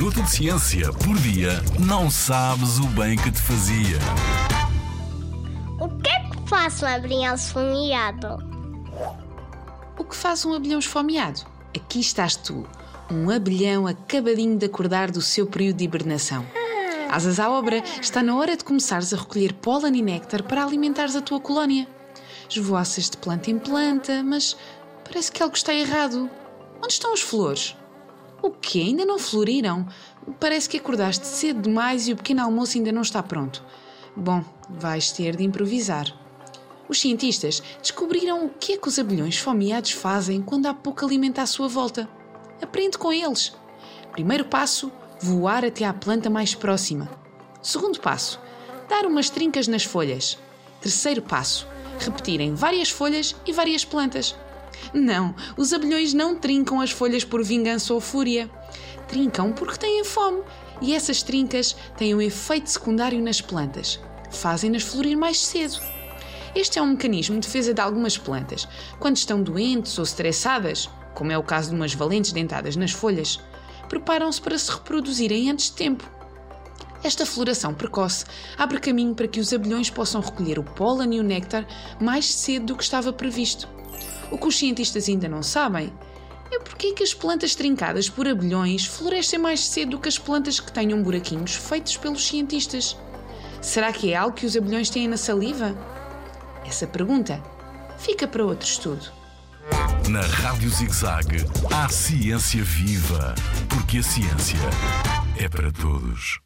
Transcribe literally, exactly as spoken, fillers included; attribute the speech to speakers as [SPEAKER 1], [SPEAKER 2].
[SPEAKER 1] minuto de ciência por dia, não sabes o bem que te fazia.
[SPEAKER 2] O que é que faz um abelhão esfomeado?
[SPEAKER 3] O que faz um abelhão esfomeado? Aqui estás tu, um abelhão acabadinho de acordar do seu período de hibernação. Asas à obra, está na hora de começares a recolher pólen e néctar para alimentares a tua colónia. Esvoaças de planta em planta, mas parece que algo está errado. Onde estão as flores? O quê? Ainda não floriram? Parece que acordaste cedo demais e o pequeno almoço ainda não está pronto. Bom, vais ter de improvisar. Os cientistas descobriram o que é que os abelhões esfomeados fazem quando há pouco alimento à sua volta. Aprende com eles. Primeiro passo, voar até à planta mais próxima. Segundo passo, dar umas trincas nas folhas. Terceiro passo, repetirem várias folhas e várias plantas. Não, os abelhões não trincam as folhas por vingança ou fúria. Trincam porque têm fome e essas trincas têm um efeito secundário nas plantas. Fazem-nas florir mais cedo. Este é um mecanismo de defesa de algumas plantas. Quando estão doentes ou estressadas, como é o caso de umas valentes dentadas nas folhas, preparam-se para se reproduzirem antes de tempo. Esta floração precoce abre caminho para que os abelhões possam recolher o pólen e o néctar mais cedo do que estava previsto. O que os cientistas ainda não sabem é porque é que as plantas trincadas por abelhões florescem mais cedo do que as plantas que tenham buraquinhos feitos pelos cientistas. Será que é algo que os abelhões têm na saliva? Essa pergunta fica para outro estudo.
[SPEAKER 1] Na Rádio Zig-Zag há ciência viva, porque a ciência é para todos.